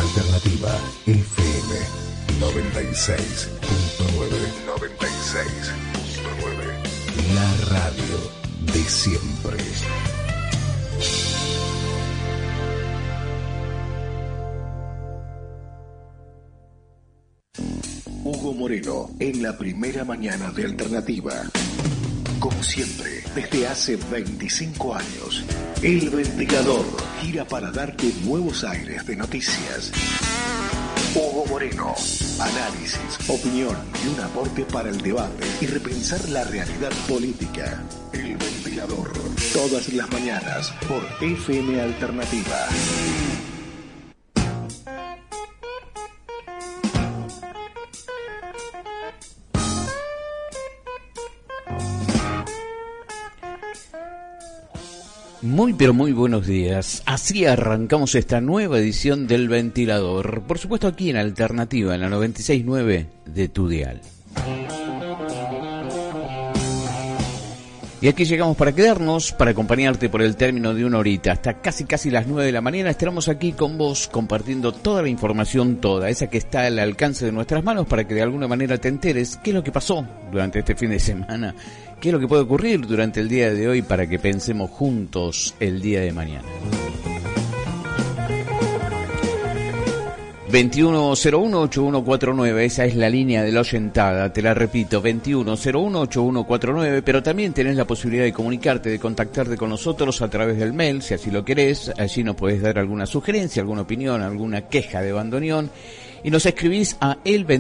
Alternativa FM 96.9. 96.9. La radio de siempre. Hugo Moreno en la primera mañana de Alternativa. Como siempre, desde hace 25 años, El Ventilador gira para darte nuevos aires de noticias. Hugo Moreno, análisis, opinión y un aporte para el debate y repensar la realidad política. El Ventilador, todas las mañanas por FM Alternativa. Muy pero muy buenos días. Así arrancamos esta nueva edición del Ventilador. Por supuesto aquí en Alternativa, en la 96.9 de tu dial. Y aquí llegamos para quedarnos, para acompañarte por el término de una horita. Hasta casi las 9 de la mañana estaremos aquí con vos compartiendo toda la información, toda esa que está al alcance de nuestras manos, para que de alguna manera te enteres qué es lo que pasó durante este fin de semana. ¿Qué es lo que puede ocurrir durante el día de hoy para que pensemos juntos el día de mañana? 2101-8149, esa es la línea de la oyentada, te la repito, 2101-8149, pero también tenés la posibilidad de comunicarte, de contactarte con nosotros a través del mail, si así lo querés. Allí nos podés dar alguna sugerencia, alguna opinión, alguna queja de bandoneón. Y nos escribís a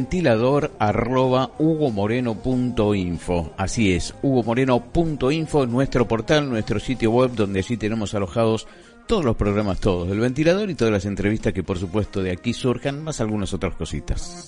elventilador@hugomoreno.info. Así es, hugomoreno.info, nuestro portal, nuestro sitio web, donde allí tenemos alojados todos los programas, todos del Ventilador y todas las entrevistas que por supuesto de aquí surjan, más algunas otras cositas.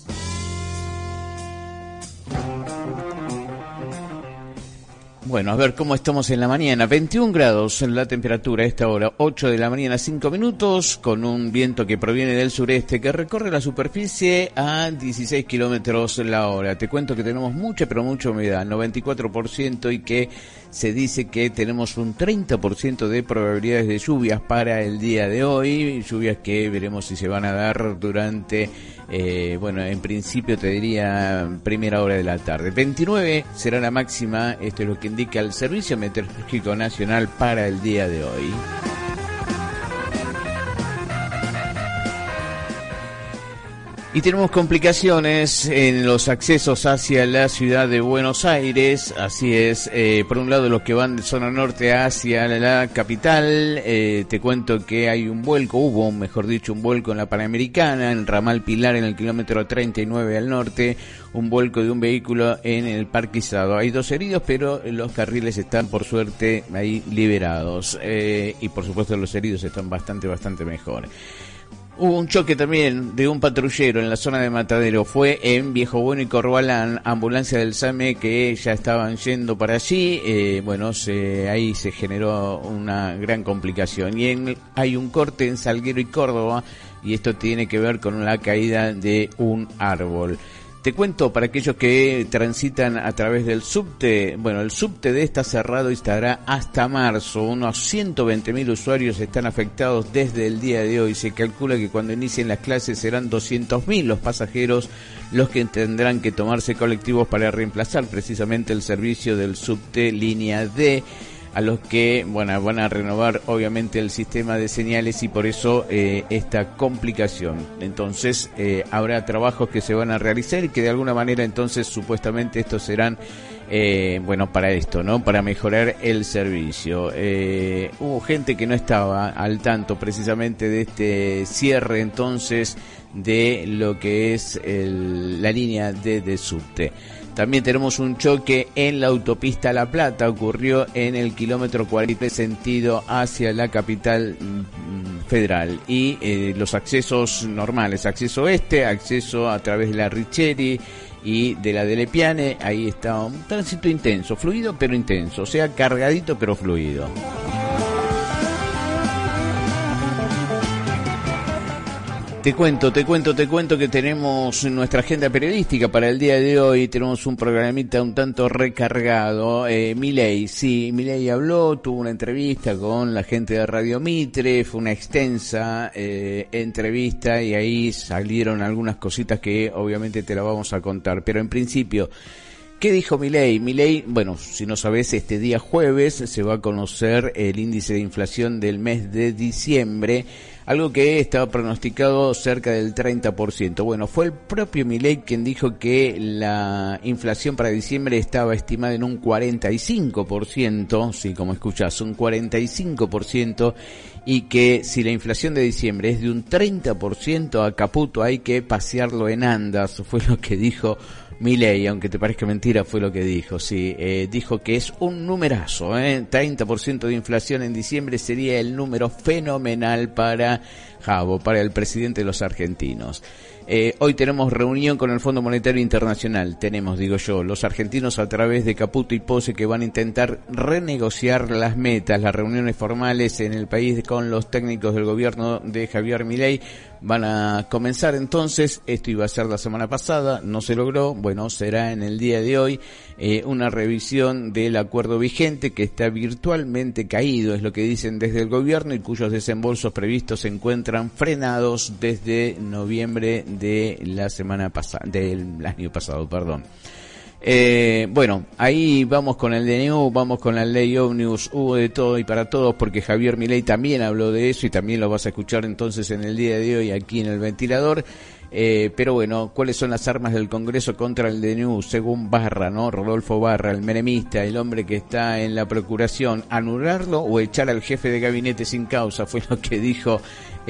Bueno, a ver cómo estamos en la mañana. 21 grados en la temperatura a esta hora, 8 de la mañana, 5 minutos, con un viento que proviene del sureste que recorre la superficie a 16 kilómetros la hora. Te cuento que tenemos mucha, pero mucha humedad, 94%, y que se dice que tenemos un 30% de probabilidades de lluvias para el día de hoy, lluvias que veremos si se van a dar durante, en principio te diría primera hora de la tarde. 29 será la máxima, esto es lo que indica el Servicio Meteorológico Nacional para el día de hoy. Y tenemos complicaciones en los accesos hacia la ciudad de Buenos Aires, así es, por un lado los que van de zona norte hacia la capital, te cuento que hay un vuelco, un vuelco en la Panamericana, en Ramal Pilar en el kilómetro 39 al norte, un vuelco de un vehículo en el Parquizado. Hay 2 heridos, pero los carriles están por suerte ahí liberados, y por supuesto los heridos están bastante mejor. Hubo un choque también de un patrullero en la zona de Matadero, fue en Viejo Bueno y Corbalán, ambulancia del SAME que ya estaban yendo para allí, ahí se generó una gran complicación. Y hay un corte en Salguero y Córdoba, y esto tiene que ver con la caída de un árbol. Te cuento para aquellos que transitan a través del subte, el subte está cerrado y estará hasta marzo. Unos 120.000 usuarios están afectados desde el día de hoy. Se calcula que cuando inicien las clases serán 200.000 los pasajeros los que tendrán que tomarse colectivos para reemplazar precisamente el servicio del subte línea D, a los que van a renovar obviamente el sistema de señales, y por eso esta complicación. Entonces habrá trabajos que se van a realizar y que de alguna manera entonces supuestamente estos serán para esto, ¿no? Para mejorar el servicio. Hubo gente que no estaba al tanto precisamente de este cierre entonces de lo que es la línea D de subte. También tenemos un choque en la autopista La Plata, ocurrió en el kilómetro 43 sentido hacia la capital federal. Y los accesos normales, acceso este, acceso a través de la Richeri y de la Delle Piane, ahí está un tránsito intenso, fluido pero intenso, o sea, cargadito pero fluido. Te cuento que tenemos nuestra agenda periodística para el día de hoy. Tenemos un programita un tanto recargado. Milei habló, tuvo una entrevista con la gente de Radio Mitre, fue una extensa entrevista y ahí salieron algunas cositas que obviamente te la vamos a contar. Pero en principio, ¿qué dijo Milei? Milei, bueno, si no sabes, este día jueves se va a conocer el índice de inflación del mes de diciembre, algo que estaba pronosticado cerca del 30%. Bueno, fue el propio Milei quien dijo que la inflación para diciembre estaba estimada en un 45%, sí, como escuchás, un 45%, y que si la inflación de diciembre es de un 30%, a Caputo hay que pasearlo en andas, fue lo que dijo Milei, aunque te parezca mentira, fue lo que dijo, sí, dijo que es un numerazo, 30% de inflación en diciembre sería el número fenomenal para Jabo, para el presidente de los argentinos. Hoy tenemos reunión con el Fondo Monetario Internacional, los argentinos a través de Caputo y Pose que van a intentar renegociar las metas, las reuniones formales en el país con los técnicos del gobierno de Javier Milei van a comenzar entonces. Esto iba a ser la semana pasada, no se logró, bueno, será en el día de hoy una revisión del acuerdo vigente que está virtualmente caído, es lo que dicen desde el gobierno, y cuyos desembolsos previstos se encuentran frenados desde noviembre de la semana pasada, del año pasado, perdón. Bueno, ahí vamos con el DNU, vamos con la ley Omnibus, hubo de todo y para todos, porque Javier Milei también habló de eso y también lo vas a escuchar entonces en el día de hoy aquí en el ventilador. Pero bueno, ¿cuáles son las armas del Congreso contra el DNU? Según Barra, ¿no? Rodolfo Barra, el menemista, el hombre que está en la procuración, anularlo o echar al jefe de gabinete sin causa, fue lo que dijo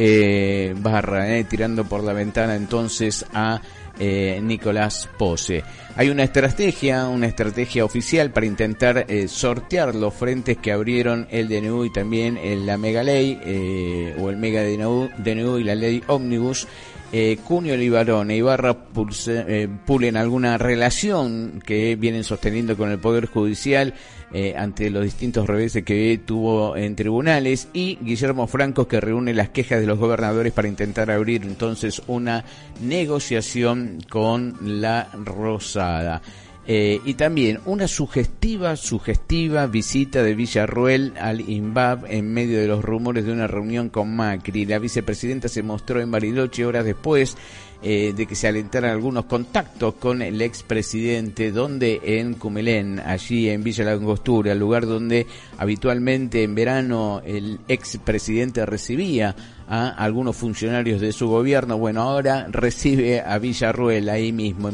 Barra, tirando por la ventana entonces a Nicolás Pose. Hay una estrategia oficial para intentar sortear los frentes que abrieron el DNU y también la mega ley o el mega DNU y la ley Omnibus. Cunio Libarón e Ibarra pulen alguna relación que vienen sosteniendo con el Poder Judicial ante los distintos reveses que tuvo en tribunales, y Guillermo Franco, que reúne las quejas de los gobernadores para intentar abrir entonces una negociación con la Rosada. Y también una sugestiva visita de Villarruel al INVAP en medio de los rumores de una reunión con Macri. La vicepresidenta se mostró en Bariloche horas después de que se alentaran algunos contactos con el expresidente, donde en Cumelén, allí en Villa La Angostura, el lugar donde habitualmente en verano el expresidente recibía a algunos funcionarios de su gobierno. Bueno, ahora recibe a Villarruel ahí mismo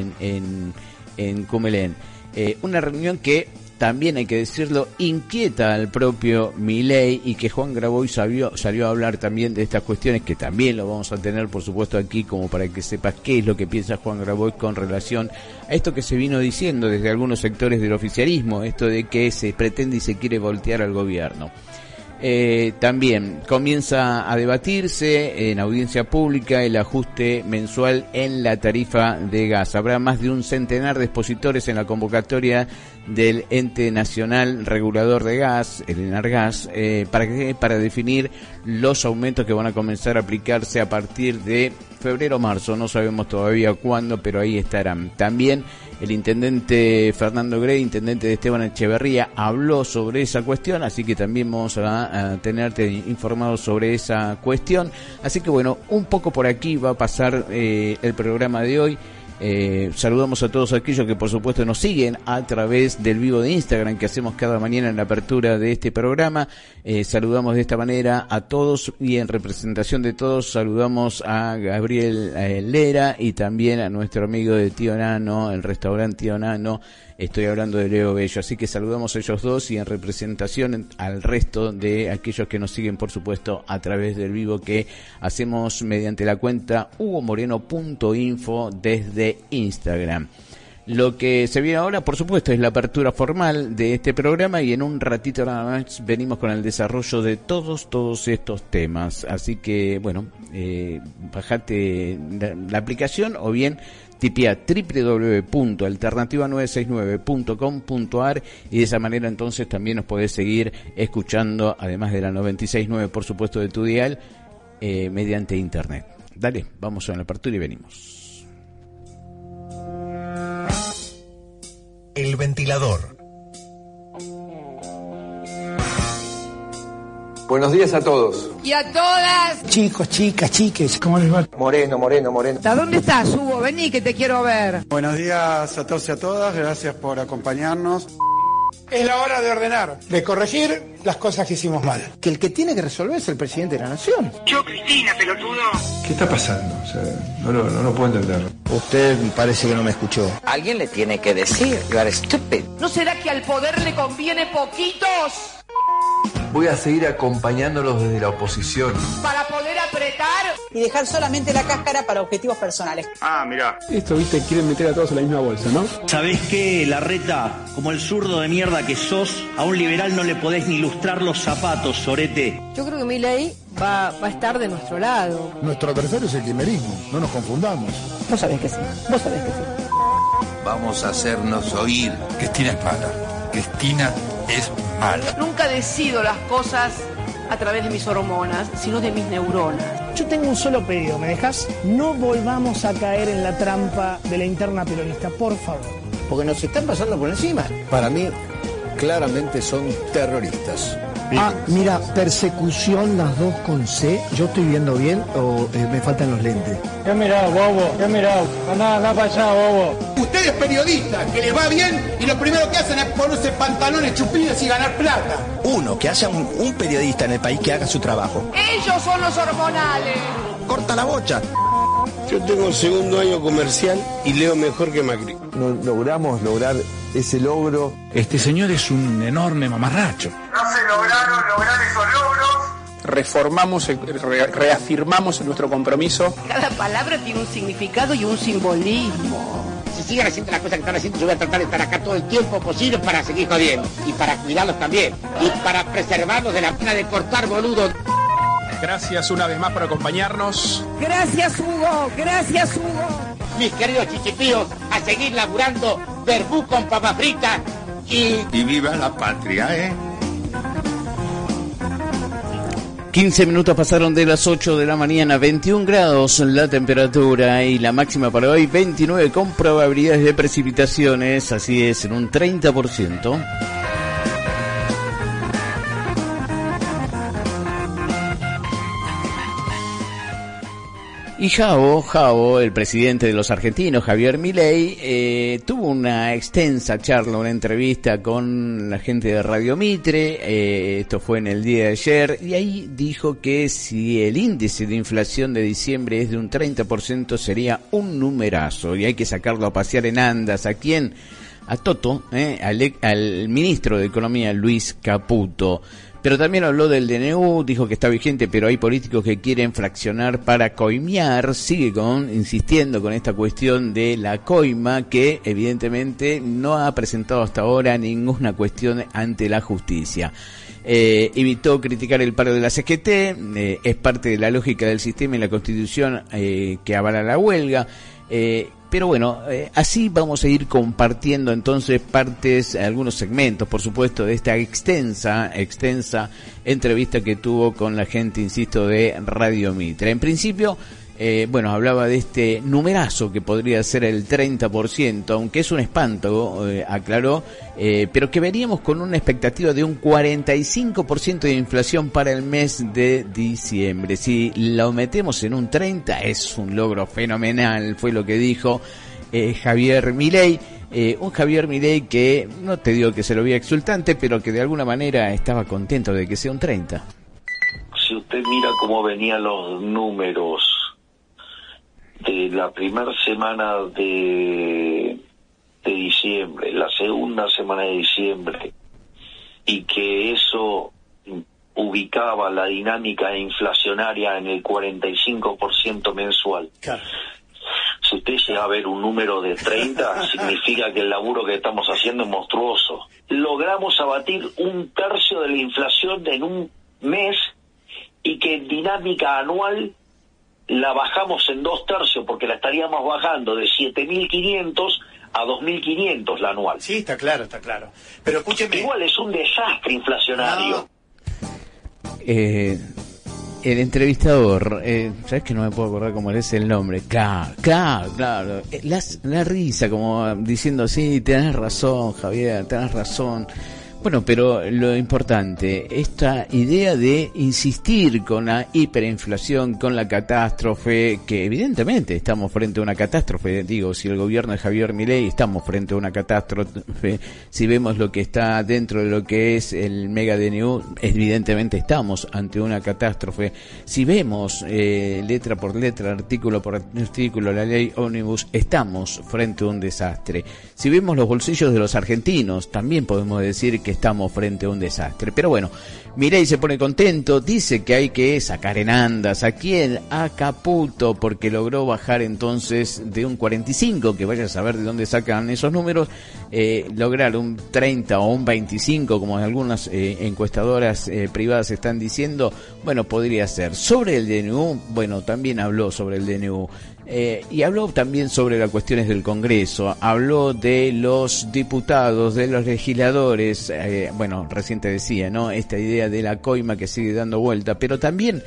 en Cumelén. Una reunión que también, hay que decirlo, inquieta al propio Milei, y que Juan Graboy salió a hablar también de estas cuestiones, que también lo vamos a tener por supuesto aquí, como para que sepas qué es lo que piensa Juan Graboy con relación a esto que se vino diciendo desde algunos sectores del oficialismo, esto de que se pretende y se quiere voltear al gobierno. También comienza a debatirse en audiencia pública el ajuste mensual en la tarifa de gas. Habrá más de un centenar de expositores en la convocatoria del Ente Nacional Regulador de Gas, el ENARGAS, para definir los aumentos que van a comenzar a aplicarse a partir de febrero o marzo, no sabemos todavía cuándo, pero ahí estarán. También el intendente Fernando Grey, intendente de Esteban Echeverría, habló sobre esa cuestión, así que también vamos a tenerte informado sobre esa cuestión. Así que bueno, un poco por aquí va a pasar el programa de hoy. Saludamos a todos aquellos que por supuesto nos siguen a través del vivo de Instagram que hacemos cada mañana en la apertura de este programa. Saludamos de esta manera a todos, y en representación de todos saludamos a Gabriel Lera y también a nuestro amigo de Tío Nano, el restaurante Tío Nano. Estoy hablando de Leo Bello, así que saludamos a ellos dos, y en representación al resto de aquellos que nos siguen, por supuesto, a través del vivo que hacemos mediante la cuenta hugomoreno.info desde Instagram. Lo que se viene ahora, por supuesto, es la apertura formal de este programa, y en un ratito nada más venimos con el desarrollo de todos estos temas. Así que, bueno, bajate la aplicación o bien tipea www.alternativa969.com.ar, y de esa manera entonces también nos podés seguir escuchando, además de la 96.9, por supuesto, de tu dial, mediante internet. Dale, vamos a la apertura y venimos. El ventilador. Buenos días a todos. Y a todas. Chicos, chicas, chiques, ¿cómo les va? Moreno. ¿A dónde estás, Hugo? Vení que te quiero ver. Buenos días a todos y a todas, gracias por acompañarnos. Es la hora de ordenar, de corregir las cosas que hicimos mal. Que el que tiene que resolver es el presidente de la nación. Yo, Cristina, pelotudo. ¿Qué está pasando? O sea, no lo puedo entender. Usted parece que no me escuchó. Alguien le tiene que decir, you are stupid. ¿No será que al poder le conviene poquitos? Voy a seguir acompañándolos desde la oposición. Para poder apretar. Y dejar solamente la cáscara para objetivos personales. Ah, mirá. Esto, viste, quieren meter a todos en la misma bolsa, ¿no? ¿Sabés qué, Larreta? Como el zurdo de mierda que sos, a un liberal no le podés ni lustrar los zapatos, sorete. Yo creo que Milei va a estar de nuestro lado. Nuestro adversario es el kirchnerismo, no nos confundamos. Vos sabés que sí, vos sabés que sí. Vamos a hacernos oír. Cristina es mala. Cristina es mala. Nunca decido las cosas a través de mis hormonas, sino de mis neuronas. Yo tengo un solo pedido, ¿me dejas? No volvamos a caer en la trampa de la interna peronista, por favor. Porque nos están pasando por encima. Para mí, claramente son terroristas. Ah, mira, persecución las dos con C. ¿Yo estoy viendo bien o me faltan los lentes? ¿Qué mirá, bobo? ¿Qué mirá? Andá para allá, bobo. Usted es periodista, que les va bien y lo primero que hacen es ponerse pantalones chupines y ganar plata. Uno, que haya un periodista en el país que haga su trabajo. Ellos son los hormonales. Corta la bocha. Yo tengo el segundo año comercial y leo mejor que Macri. No logramos lograr ese logro. Este señor es un enorme mamarracho. No se lograron lograr esos logros. Reformamos, reafirmamos nuestro compromiso. Cada palabra tiene un significado y un simbolismo. Si siguen haciendo las cosas que están haciendo, yo voy a tratar de estar acá todo el tiempo posible para seguir jodiendo. Y para cuidarlos también. Y para preservarlos de la pena de cortar boludo. Gracias una vez más por acompañarnos. Gracias, Hugo. Gracias, Hugo. Mis queridos chichipíos, a seguir laburando verbú con papa frita y viva la patria, 15 minutos pasaron de las 8 de la mañana, 21 grados la temperatura y la máxima para hoy 29 con probabilidades de precipitaciones, así es, en un 30%. Y Javo, el presidente de los argentinos, Javier Milei, tuvo una extensa charla, una entrevista con la gente de Radio Mitre, esto fue en el día de ayer, y ahí dijo que si el índice de inflación de diciembre es de un 30% sería un numerazo, y hay que sacarlo a pasear en andas. ¿A quién? A Toto, al ministro de Economía, Luis Caputo. Pero también habló del DNU, dijo que está vigente, pero hay políticos que quieren fraccionar para coimear. Sigue insistiendo con esta cuestión de la coima, que evidentemente no ha presentado hasta ahora ninguna cuestión ante la justicia. Evitó criticar el paro de la CGT, es parte de la lógica del sistema y la Constitución que avala la huelga. Pero bueno, así vamos a ir compartiendo entonces algunos segmentos, por supuesto, de esta extensa entrevista que tuvo con la gente, insisto, de Radio Mitre. En principio, hablaba de este numerazo que podría ser el 30%, aunque es un espanto, aclaró, pero que veríamos con una expectativa de un 45% de inflación para el mes de diciembre. Si lo metemos en un 30%, es un logro fenomenal, fue lo que dijo Javier Milei. Un Javier Milei que, no te digo que se lo veía exultante, pero que de alguna manera estaba contento de que sea un 30%. Si usted mira cómo venían los números de la primera semana de diciembre, la segunda semana de diciembre, y que eso ubicaba la dinámica inflacionaria en el 45% mensual. Claro. Si usted llega a ver un número de 30, significa que el laburo que estamos haciendo es monstruoso. Logramos abatir un tercio de la inflación en un mes y que en dinámica anual la bajamos en 2/3 porque la estaríamos bajando de 7.500 a 2.500 la anual. Sí, está claro. Pero escúcheme. Igual es un desastre inflacionario. el entrevistador, ¿sabes que no me puedo acordar cómo es el nombre? Claro. La risa, como diciendo, sí, tenés razón, Javier, tenés razón. Bueno, pero lo importante, esta idea de insistir con la hiperinflación, con la catástrofe, que evidentemente estamos frente a una catástrofe, digo, si el gobierno de Javier Milei estamos frente a una catástrofe, si vemos lo que está dentro de lo que es el mega DNU, evidentemente estamos ante una catástrofe, si vemos letra por letra, artículo por artículo, la ley Omnibus, estamos frente a un desastre. Si vemos los bolsillos de los argentinos, también podemos decir que estamos frente a un desastre. Pero bueno, Milei se pone contento, dice que hay que sacar en andas a quién, a Caputo, porque logró bajar entonces de un 45, que vaya a saber de dónde sacan esos números, lograr un 30 o un 25, como algunas encuestadoras privadas están diciendo. Bueno, podría ser. Sobre el DNU, bueno, también habló sobre el DNU. Y habló también sobre las cuestiones del Congreso, habló de los diputados, de los legisladores, bueno, recién te decía, ¿no? Esta idea de la coima que sigue dando vuelta, pero también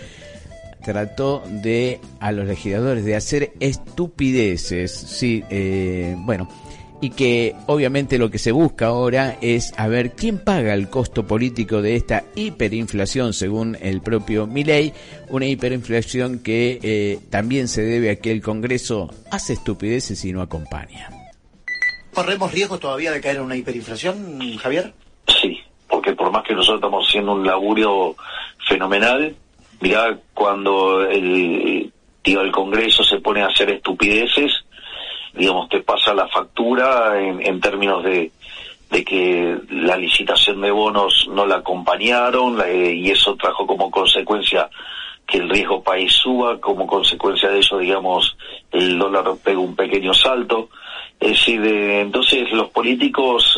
trató a los legisladores de hacer estupideces, sí, bueno, y que obviamente lo que se busca ahora es a ver quién paga el costo político de esta hiperinflación, según el propio Milei, una hiperinflación que también se debe a que el Congreso hace estupideces y no acompaña. ¿Corremos riesgo todavía de caer en una hiperinflación, Javier? Sí, porque por más que nosotros estamos haciendo un laburo fenomenal, mirá cuando el Congreso se pone a hacer estupideces, digamos, te pasa la factura en términos de que la licitación de bonos no la acompañaron, y eso trajo como consecuencia que el riesgo país suba, como consecuencia de eso, digamos, el dólar pega un pequeño salto. Es decir, entonces los políticos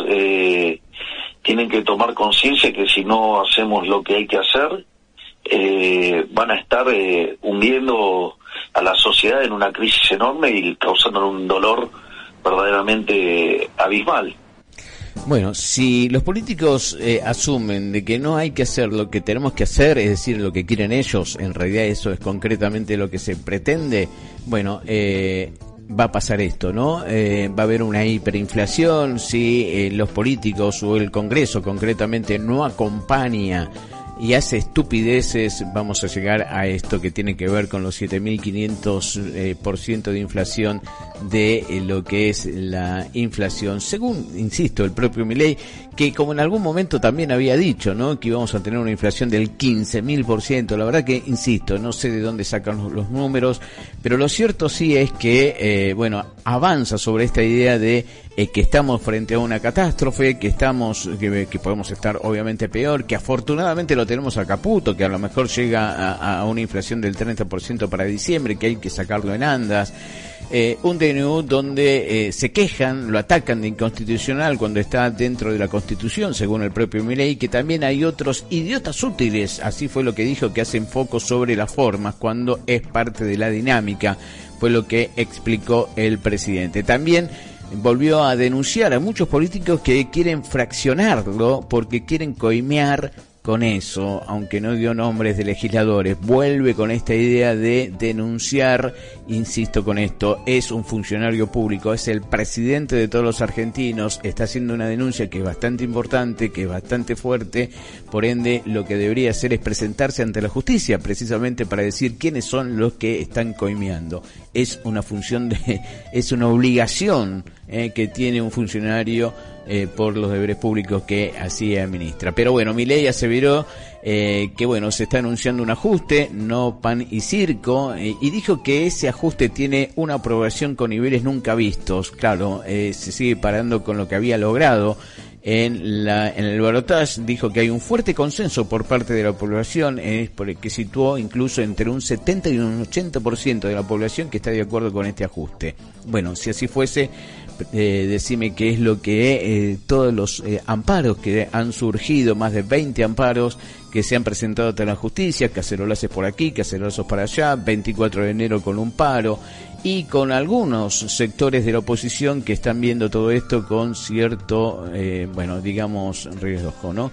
tienen que tomar conciencia que si no hacemos lo que hay que hacer, van a estar hundiendo a la sociedad en una crisis enorme y causando un dolor verdaderamente abismal. Bueno, si los políticos asumen de que no hay que hacer lo que tenemos que hacer, es decir, lo que quieren ellos, en realidad eso es concretamente lo que se pretende, bueno, va a pasar esto, ¿no? Va a haber una hiperinflación si los políticos o el Congreso concretamente no acompaña y hace estupideces, vamos a llegar a esto que tiene que ver con los 7.500% de inflación de lo que es la inflación, según, insisto, el propio Milei, que como en algún momento también había dicho, ¿no?, que íbamos a tener una inflación del 15.000%. La verdad que, insisto, no sé de dónde sacan los números, pero lo cierto sí es que, bueno, avanza sobre esta idea de que estamos frente a una catástrofe, que podemos estar obviamente peor, que afortunadamente lo tenemos a Caputo, que a lo mejor llega a una inflación del 30% para diciembre, que hay que sacarlo en andas. Un DNU donde se quejan, lo atacan de inconstitucional cuando está dentro de la Constitución, según el propio Milei, que también hay otros idiotas útiles, así fue lo que dijo, que hacen foco sobre las formas cuando es parte de la dinámica, fue lo que explicó el presidente. También volvió a denunciar a muchos políticos que quieren fraccionarlo porque quieren coimear con eso, aunque no dio nombres de legisladores. Vuelve con esta idea de denunciar, insisto con esto, es un funcionario público, es el presidente de todos los argentinos, está haciendo una denuncia que es bastante importante, que es bastante fuerte, por ende lo que debería hacer es presentarse ante la justicia, precisamente para decir quiénes son los que están coimeando. Es una función es una obligación que tiene un funcionario por los deberes públicos que así administra. Pero bueno, Milei aseveró que bueno, se está anunciando un ajuste, no pan y circo, y dijo que ese ajuste tiene una aprobación con niveles nunca vistos. Claro, se sigue parando con lo que había logrado en el balotaje. Dijo que hay un fuerte consenso por parte de la población, que situó incluso entre un 70 y un 80% de la población que está de acuerdo con este ajuste. Bueno, si así fuese, decime qué es lo que todos los amparos que han surgido, más de 20 amparos que se han presentado ante la justicia, cacerolazos por aquí, cacerolazos para allá, 24 de enero con un paro, y con algunos sectores de la oposición que están viendo todo esto con cierto, bueno, digamos, riesgo, ¿no?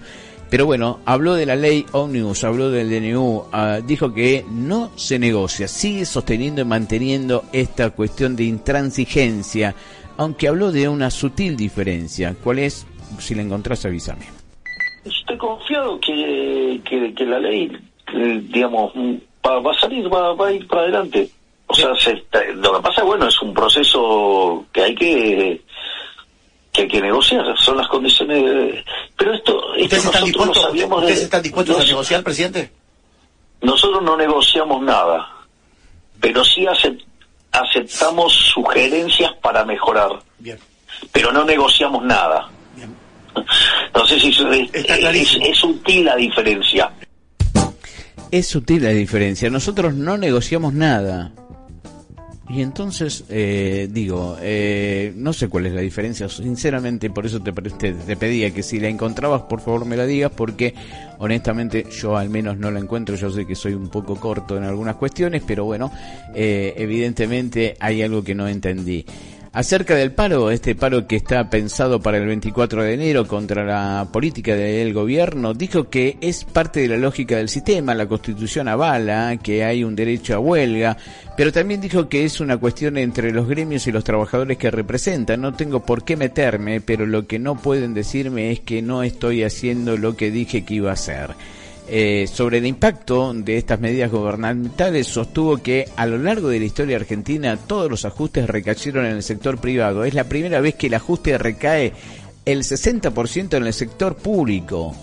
Pero bueno, habló de la ley Ómnibus, habló del DNU, dijo que no se negocia, sigue sosteniendo y manteniendo esta cuestión de intransigencia, aunque habló de una sutil diferencia. ¿Cuál es? Si la encontrás, avísame. Estoy confiado que la ley, digamos, va a salir, va a ir para adelante. O sea, lo que pasa, bueno, es un proceso que hay que negociar, son las condiciones pero esto ¿Ustedes están dispuestos a negociar, presidente? Nosotros no negociamos nada, pero sí aceptamos sugerencias para mejorar. Bien. Pero no negociamos nada. Bien. No sé si es sutil la diferencia. Es sutil la diferencia. Nosotros no negociamos nada. Y entonces, no sé cuál es la diferencia, sinceramente, por eso te pedía que si la encontrabas, por favor me la digas, porque honestamente yo al menos no la encuentro. Yo sé que soy un poco corto en algunas cuestiones, pero bueno, evidentemente hay algo que no entendí. Acerca del paro, este paro que está pensado para el 24 de enero contra la política del gobierno, dijo que es parte de la lógica del sistema, la Constitución avala que hay un derecho a huelga, pero también dijo que es una cuestión entre los gremios y los trabajadores que representan. No tengo por qué meterme, pero lo que no pueden decirme es que no estoy haciendo lo que dije que iba a hacer. Sobre el impacto de estas medidas gubernamentales, sostuvo que a lo largo de la historia argentina todos los ajustes recayeron en el sector privado. Es la primera vez que el ajuste recae el 60% en el sector público.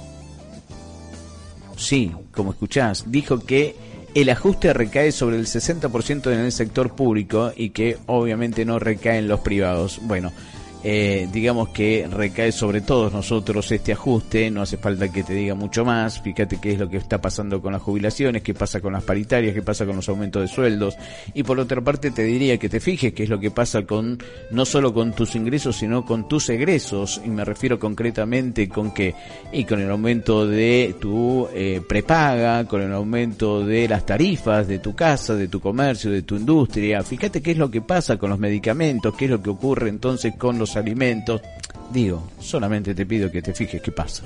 Sí, como escuchás, dijo que el ajuste recae sobre el 60% en el sector público y que obviamente no recae en los privados. Bueno, digamos que recae sobre todos nosotros este ajuste, no hace falta que te diga mucho más. Fíjate qué es lo que está pasando con las jubilaciones, qué pasa con las paritarias, qué pasa con los aumentos de sueldos, y por otra parte te diría que te fijes qué es lo que pasa con no solo con tus ingresos sino con tus egresos, y me refiero concretamente con que y con el aumento de tu prepaga, con el aumento de las tarifas de tu casa, de tu comercio, de tu industria. Fíjate qué es lo que pasa con los medicamentos, qué es lo que ocurre entonces con los alimentos. Digo, solamente te pido que te fijes qué pasa.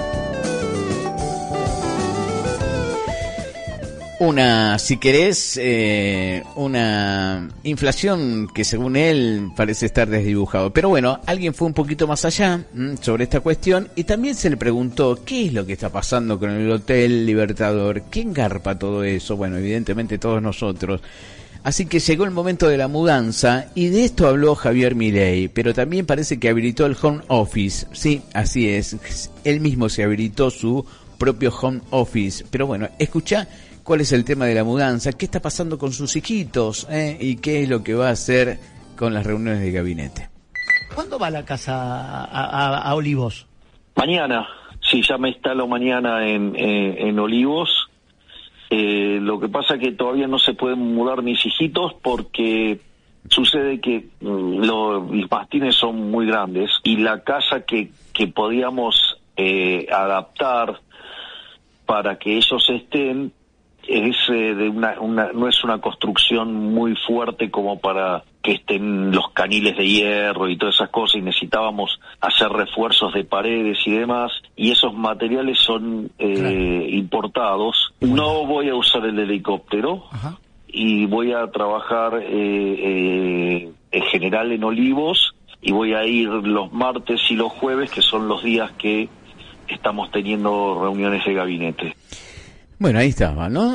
Si querés, una inflación que según él parece estar desdibujado. Pero bueno, alguien fue un poquito más allá sobre esta cuestión y también se le preguntó qué es lo que está pasando con el Hotel Libertador. ¿Quién garpa todo eso? Bueno, evidentemente todos nosotros. Así que llegó el momento de la mudanza y de esto habló Javier Milei, pero también parece que habilitó el home office. Sí, así es, él mismo se habilitó su propio home office. Pero bueno, escuchá cuál es el tema de la mudanza, qué está pasando con sus hijitos y qué es lo que va a hacer con las reuniones de gabinete. ¿Cuándo va la casa a Olivos? Mañana, sí, ya me instalo mañana en Olivos. Lo que pasa es que todavía no se pueden mudar mis hijitos porque sucede que los mastines son muy grandes y la casa que podíamos adaptar para que ellos estén es no es una construcción muy fuerte como para que estén los caniles de hierro y todas esas cosas, y necesitábamos hacer refuerzos de paredes y demás, y esos materiales son importados. No voy a usar el helicóptero. Ajá. Y voy a trabajar en general en Olivos, y voy a ir los martes y los jueves, que son los días que estamos teniendo reuniones de gabinete. Bueno, ahí estaba, ¿no?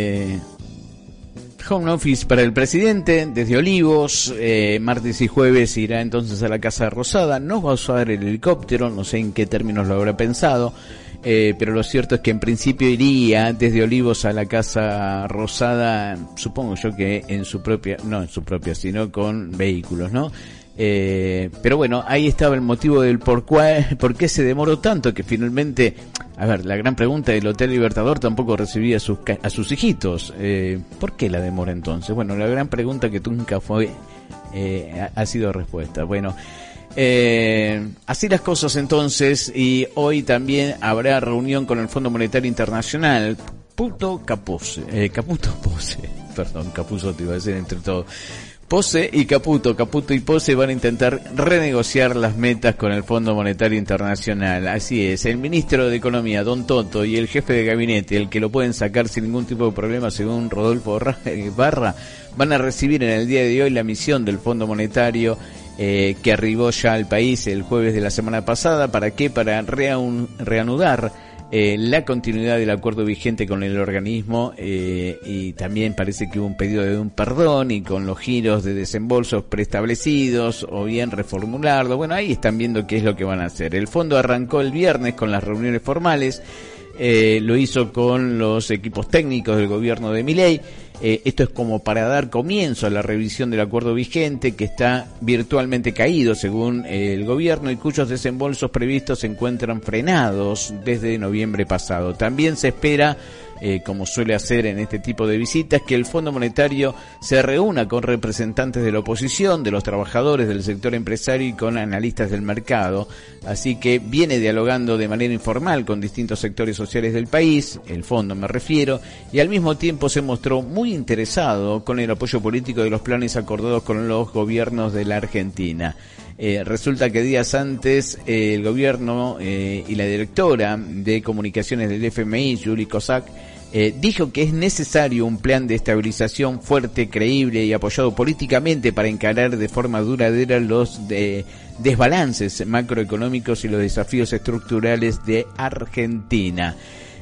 Home office para el presidente desde Olivos, martes y jueves irá entonces a la Casa Rosada. No va a usar el helicóptero, no sé en qué términos lo habrá pensado, pero lo cierto es que en principio iría desde Olivos a la Casa Rosada, supongo yo que no en su propia, sino con vehículos, ¿no? Pero bueno, ahí estaba el motivo del por qué se demoró tanto, que finalmente, a ver, la gran pregunta del Hotel Libertador tampoco recibía a sus hijitos. ¿Por qué la demora entonces? Bueno, la gran pregunta que nunca fue, ha sido respuesta. Bueno, así las cosas entonces, y hoy también habrá reunión con el Fondo Monetario Internacional. Capuzzo te iba a decir entre todos. Pose y Caputo y Pose van a intentar renegociar las metas con el Fondo Monetario Internacional. Así es, el ministro de Economía, Don Toto, y el jefe de gabinete, el que lo pueden sacar sin ningún tipo de problema, según Rodolfo Barra, van a recibir en el día de hoy la misión del Fondo Monetario que arribó ya al país el jueves de la semana pasada. ¿Para qué? Para reanudar la continuidad del acuerdo vigente con el organismo, y también parece que hubo un pedido de un perdón y con los giros de desembolsos preestablecidos o bien reformularlo. Bueno, ahí están viendo qué es lo que van a hacer. El fondo arrancó el viernes con las reuniones formales, lo hizo con los equipos técnicos del gobierno de Milei. Esto es como para dar comienzo a la revisión del acuerdo vigente, que está virtualmente caído según el gobierno y cuyos desembolsos previstos se encuentran frenados desde noviembre pasado. También se espera, como suele hacer en este tipo de visitas, que el Fondo Monetario se reúna con representantes de la oposición, de los trabajadores del sector empresario y con analistas del mercado. Así que viene dialogando de manera informal con distintos sectores sociales del país, el fondo me refiero, y al mismo tiempo se mostró muy interesado con el apoyo político de los planes acordados con los gobiernos de la Argentina. Resulta que días antes el gobierno y la directora de comunicaciones del FMI, Julie Kozak, dijo que es necesario un plan de estabilización fuerte, creíble y apoyado políticamente para encarar de forma duradera los desbalances macroeconómicos y los desafíos estructurales de Argentina.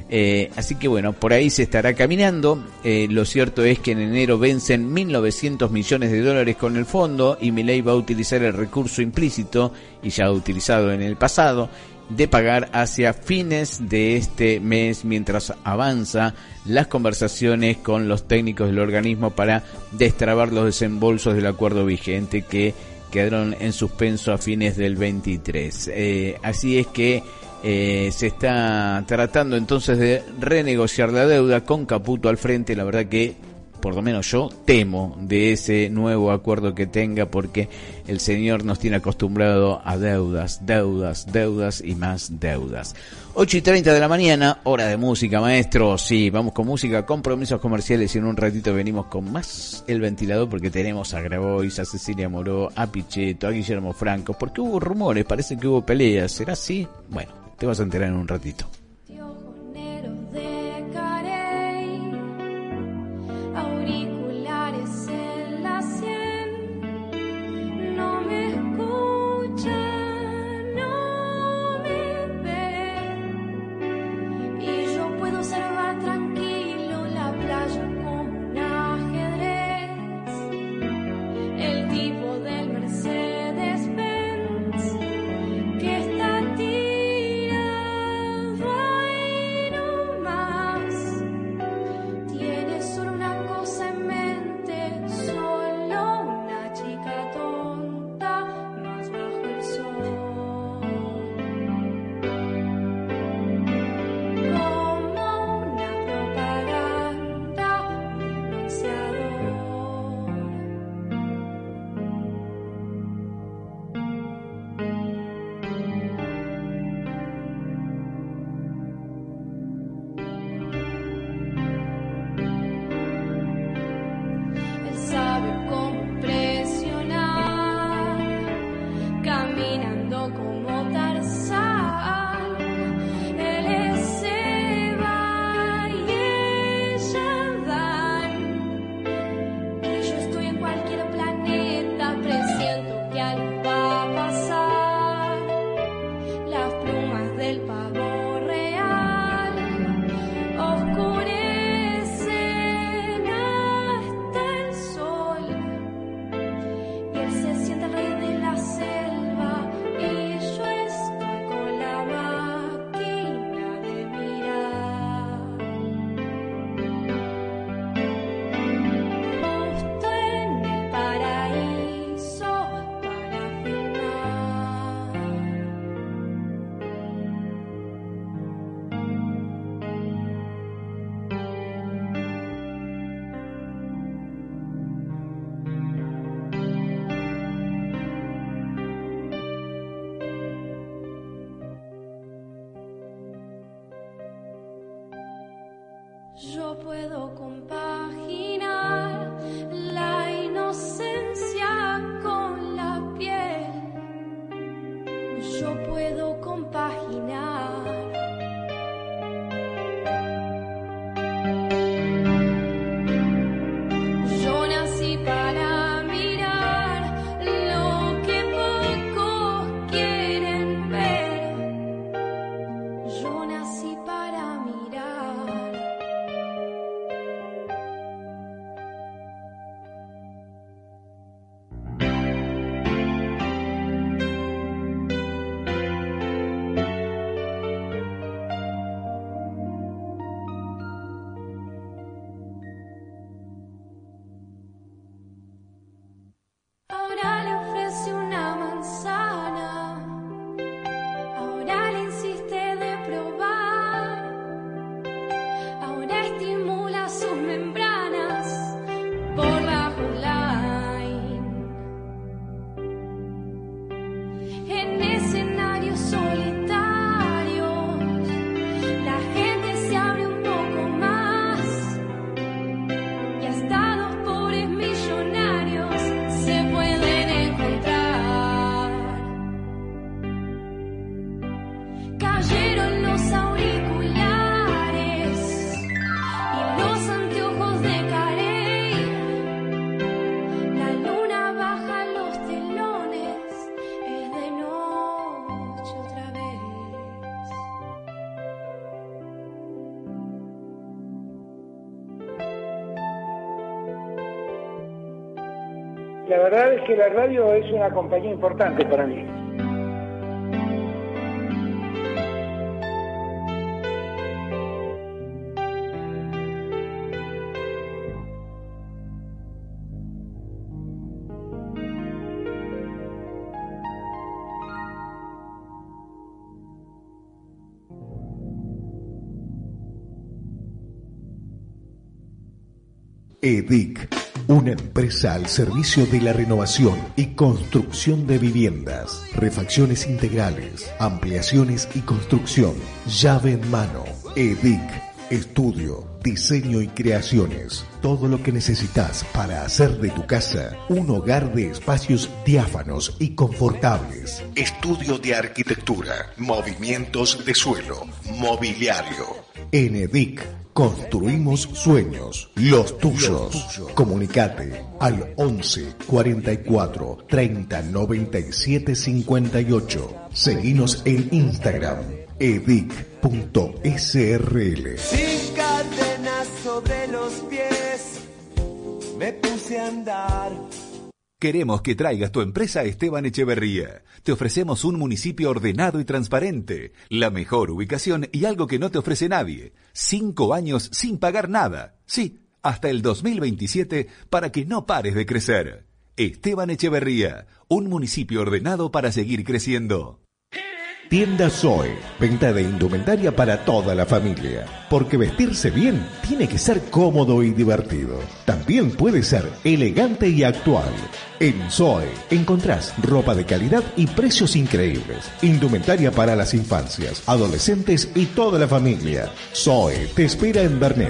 Así que bueno, por ahí se estará caminando. Lo cierto es que en enero vencen 1.900 millones de dólares con el fondo y Milei va a utilizar el recurso implícito, y ya utilizado en el pasado, de pagar hacia fines de este mes, mientras avanza las conversaciones con los técnicos del organismo para destrabar los desembolsos del acuerdo vigente que quedaron en suspenso a fines del 23. Así es que se está tratando entonces de renegociar la deuda con Caputo al frente. La verdad que por lo menos yo temo de ese nuevo acuerdo que tenga, porque el señor nos tiene acostumbrado a deudas y más deudas. 8:30 de la mañana, hora de música, maestro. Sí, vamos con música, compromisos comerciales, y en un ratito venimos con más El Ventilador, porque tenemos a Grabois, a Cecilia Moró, a Pichetto, a Guillermo Franco, porque hubo rumores, parece que hubo peleas. ¿Será así? Bueno, te vas a enterar en un ratito. Auriculares en la sien, no me escuchan, no me ven, y yo puedo observar tranquilo la playa como un ajedrez, el tipo del Mercedes-Benz que está tirado La verdad es que la radio es una compañía importante para mí. EDIC, una empresa al servicio de la renovación y construcción de viviendas, refacciones integrales, ampliaciones y construcción, llave en mano. EDIC, estudio, diseño y creaciones, todo lo que necesitas para hacer de tu casa un hogar de espacios diáfanos y confortables. Estudio de arquitectura, movimientos de suelo, mobiliario. En EDIC construimos sueños, los tuyos. Comunicate al 11 44 30 97 58. Seguinos en Instagram, edic.srl. Sin cadenas sobre los pies, me puse a andar. Queremos que traigas tu empresa a Esteban Echeverría. Te ofrecemos un municipio ordenado y transparente, la mejor ubicación y algo que no te ofrece nadie. 5 años sin pagar nada. Sí, hasta el 2027 para que no pares de crecer. Esteban Echeverría, un municipio ordenado para seguir creciendo. Tienda Zoe, venta de indumentaria para toda la familia. Porque vestirse bien tiene que ser cómodo y divertido. También puede ser elegante y actual. En Zoe encontrás ropa de calidad y precios increíbles. Indumentaria para las infancias, adolescentes y toda la familia. Zoe te espera en Bernet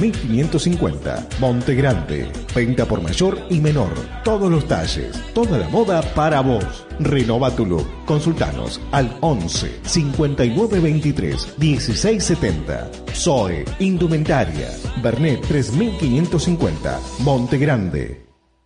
3550, Monte Grande. Venta por mayor y menor. Todos los talles, toda la moda para vos. Renova tu look. Consultanos al 11 59 23 16 70. Zoe Indumentaria, Bernet 3550, Monte Grande.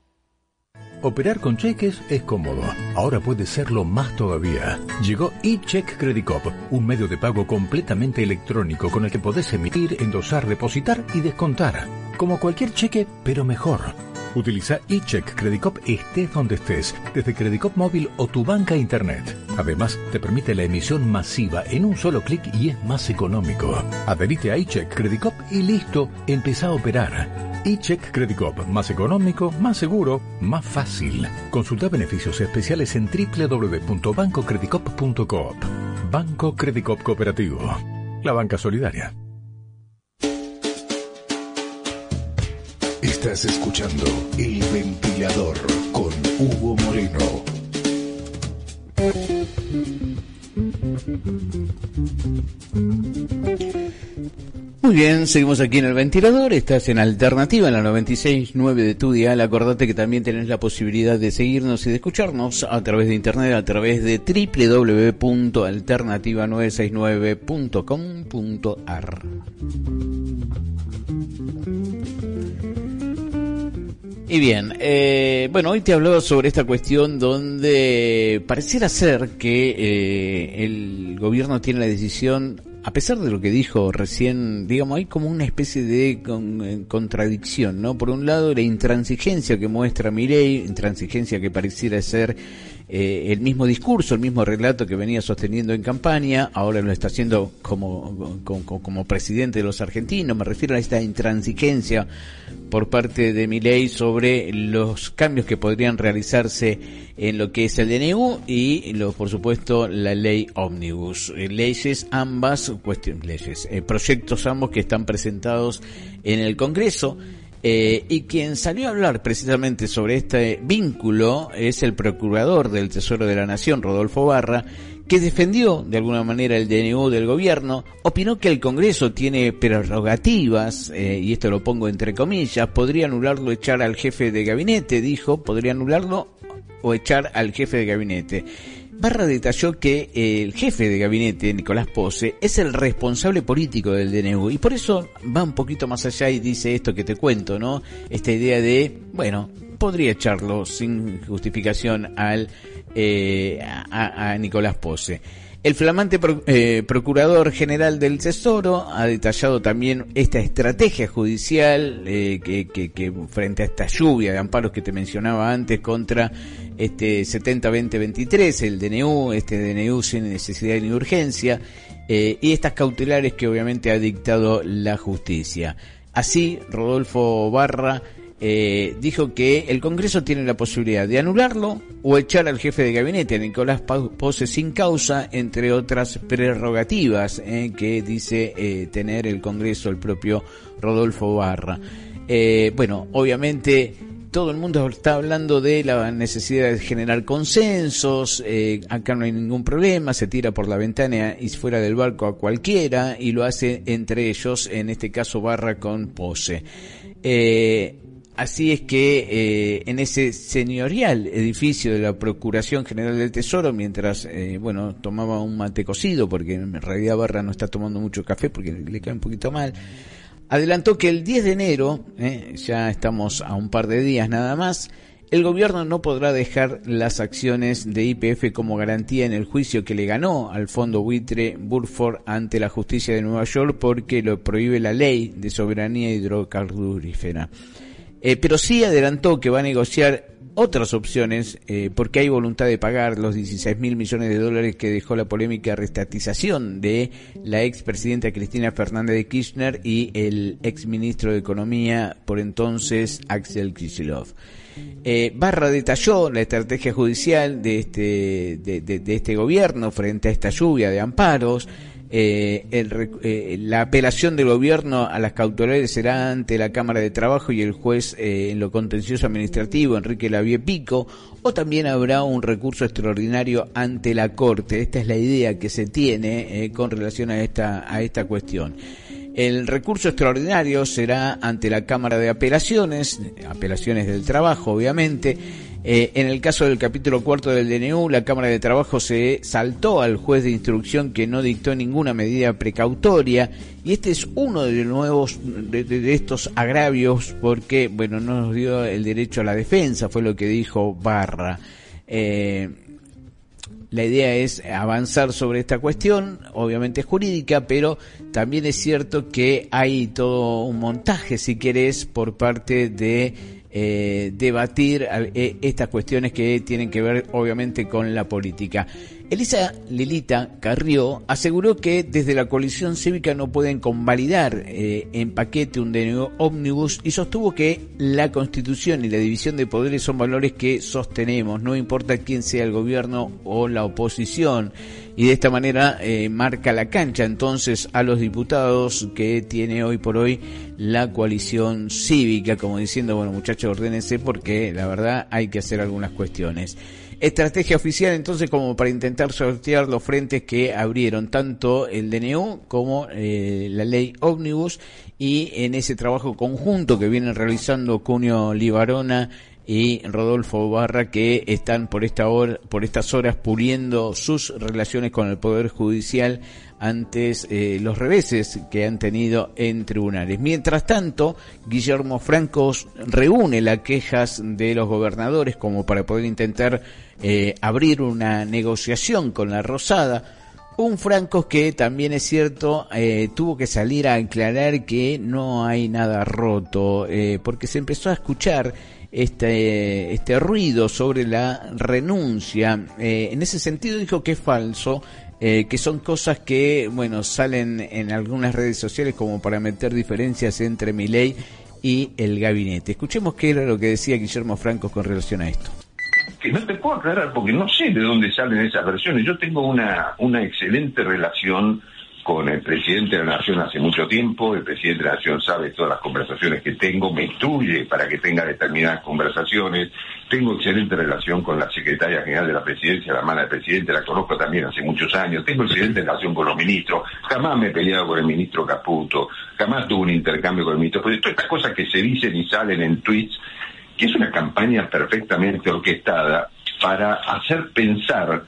Operar con cheques es cómodo. Ahora puede serlo más todavía. Llegó eCheck Credit Cop, un medio de pago completamente electrónico con el que podés emitir, endosar, depositar y descontar. Como cualquier cheque, pero mejor. Utiliza eCheck Credit Cop estés donde estés, desde Credit Cop móvil o tu banca internet. Además, te permite la emisión masiva en un solo clic y es más económico. Adherite a eCheck Credit Cop y listo, empezá a operar. eCheck Credit Cop, más económico, más seguro, más fácil. Consulta beneficios especiales en www.bancocreditcop.coop. Banco Credit Cop Cooperativo. La banca solidaria. Estás escuchando El Ventilador con Hugo Moreno. Muy bien, seguimos aquí en El Ventilador. Estás en Alternativa, en la 96.9 de tu dial. Acordate que también tenés la posibilidad de seguirnos y de escucharnos a través de internet, a través de www.alternativa969.com.ar. Y bien, bueno, hoy te hablaba sobre esta cuestión donde pareciera ser que el gobierno tiene la decisión, a pesar de lo que dijo recién, digamos, hay como una especie de contradicción, ¿no? Por un lado, la intransigencia que muestra Milei, intransigencia que pareciera ser el mismo discurso, el mismo relato que venía sosteniendo en campaña, ahora lo está haciendo como presidente de los argentinos. Me refiero a esta intransigencia por parte de Milei sobre los cambios que podrían realizarse en lo que es el DNU y, por supuesto, la ley Ómnibus. Leyes ambas, proyectos ambos que están presentados en el Congreso. Y quien salió a hablar precisamente sobre este vínculo es el procurador del Tesoro de la Nación, Rodolfo Barra, que defendió de alguna manera el DNU del gobierno, opinó que el Congreso tiene prerrogativas, y esto lo pongo entre comillas, podría anularlo, echar al jefe de gabinete, dijo, podría anularlo o echar al jefe de gabinete. Barra detalló que el jefe de gabinete, Nicolás Pose, es el responsable político del DNU y por eso va un poquito más allá y dice esto que te cuento, ¿no? Esta idea de, bueno, podría echarlo sin justificación a Nicolás Pose. El flamante Procurador General del Tesoro ha detallado también esta estrategia judicial que frente a esta lluvia de amparos que te mencionaba antes contra 70-2023, el DNU, DNU sin necesidad ni urgencia, y estas cautelares que obviamente ha dictado la justicia. Así, Rodolfo Barra dijo que el Congreso tiene la posibilidad de anularlo o echar al jefe de gabinete, Nicolás Pose, sin causa, entre otras prerrogativas que dice tener el Congreso, el propio Rodolfo Barra. Bueno, obviamente todo el mundo está hablando de la necesidad de generar consensos, acá no hay ningún problema, se tira por la ventana y fuera del barco a cualquiera, y lo hace entre ellos, en este caso Barra con Pose. Así es que en ese señorial edificio de la Procuración General del Tesoro, mientras tomaba un mate cocido, porque en realidad Barra no está tomando mucho café porque le cae un poquito mal, adelantó que el 10 de enero, ya estamos a un par de días nada más, el gobierno no podrá dejar las acciones de YPF como garantía en el juicio que le ganó al fondo buitre Burford ante la justicia de Nueva York, porque lo prohíbe la ley de soberanía hidrocarburífera. Pero sí adelantó que va a negociar otras opciones porque hay voluntad de pagar los 16.000 millones de dólares que dejó la polémica restatización de la expresidenta Cristina Fernández de Kirchner y el exministro de Economía por entonces Axel Kicillof. Barra detalló la estrategia judicial de este gobierno frente a esta lluvia de amparos. La apelación del gobierno a las cautelares será ante la Cámara de Trabajo y el juez en lo contencioso administrativo, Enrique Lavie Pico, o también habrá un recurso extraordinario ante la Corte. Esta es la idea que se tiene con relación a esta cuestión. El recurso extraordinario será ante la Cámara de Apelaciones del Trabajo, obviamente. En el caso del capítulo 4 del DNU, la Cámara de Trabajo se saltó al juez de instrucción que no dictó ninguna medida precautoria, y este es uno de los nuevos de estos agravios porque, no nos dio el derecho a la defensa, fue lo que dijo Barra. La idea es avanzar sobre esta cuestión, obviamente jurídica, pero también es cierto que hay todo un montaje, si querés, por parte de debatir estas cuestiones que tienen que ver obviamente con la política. Elisa Lilita Carrió aseguró que desde la coalición cívica no pueden convalidar en paquete un DNU ómnibus, y sostuvo que la Constitución y la división de poderes son valores que sostenemos, no importa quién sea el gobierno o la oposición, y de esta manera marca la cancha entonces a los diputados que tiene hoy por hoy la coalición cívica, como diciendo, muchachos, ordénense porque la verdad hay que hacer algunas cuestiones. Estrategia oficial entonces como para intentar sortear los frentes que abrieron tanto el DNU como la ley ómnibus, y en ese trabajo conjunto que vienen realizando Cunio Libarona y Rodolfo Barra, que están por estas horas puliendo sus relaciones con el Poder Judicial antes los reveses que han tenido en tribunales. Mientras tanto, Guillermo Francos reúne las quejas de los gobernadores como para poder intentar abrir una negociación con la Rosada. Un Francos que también es cierto tuvo que salir a aclarar que no hay nada roto, porque se empezó a escuchar este ruido sobre la renuncia. En ese sentido dijo que es falso, que son cosas que salen en algunas redes sociales como para meter diferencias entre Milei y el gabinete. Escuchemos qué era lo que decía Guillermo Francos con relación a esto. Que no te puedo aclarar porque no sé de dónde salen esas versiones. Yo tengo una excelente relación con el presidente de la Nación hace mucho tiempo. El presidente de la Nación sabe todas las conversaciones que tengo, me instruye para que tenga determinadas conversaciones. Tengo excelente relación con la secretaria general de la presidencia, la hermana del presidente, la conozco también hace muchos años. Tengo excelente relación con los ministros, jamás me he peleado con el ministro Caputo, jamás tuve un intercambio con el ministro. Porque todas estas cosas que se dicen y salen en tweets, que es una campaña perfectamente orquestada para hacer pensar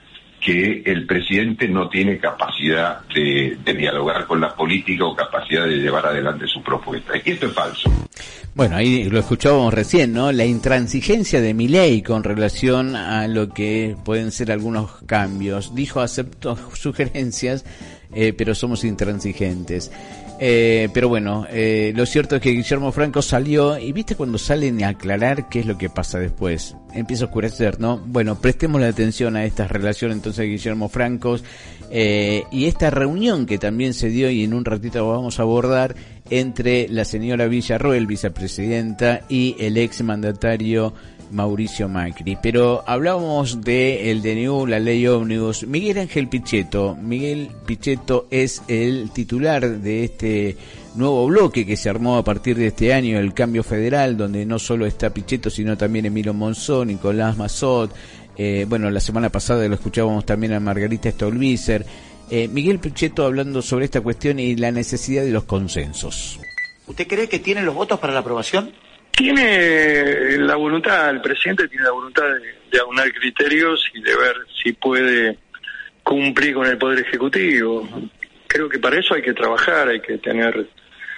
que el presidente no tiene capacidad de dialogar con la política o capacidad de llevar adelante sus propuestas. Y esto es falso. Bueno, ahí lo escuchábamos recién, ¿no? La intransigencia de Milei con relación a lo que pueden ser algunos cambios. Dijo, acepto sugerencias, pero somos intransigentes. Pero bueno, lo cierto es que Guillermo Franco salió, y viste cuando salen a aclarar qué es lo que pasa después, empieza a oscurecer, ¿no? Bueno, prestemos la atención a esta relación entonces de Guillermo Franco y esta reunión que también se dio, y en un ratito vamos a abordar, entre la señora Villarroel, vicepresidenta, y el ex mandatario Mauricio Macri. Pero hablábamos de el DNU, la ley ómnibus. Miguel Ángel Pichetto. Miguel Pichetto es el titular de este nuevo bloque que se armó a partir de este año, el Cambio Federal, donde no solo está Pichetto, sino también Emilio Monzón, Nicolás Massot. Bueno, la semana pasada lo escuchábamos también a Margarita Stolbizer. Miguel Pichetto hablando sobre esta cuestión y la necesidad de los consensos. ¿Usted cree que tiene los votos para la aprobación? Tiene la voluntad, el presidente tiene la voluntad de aunar criterios y de ver si puede cumplir con el Poder Ejecutivo. Creo que para eso hay que trabajar, hay que tener...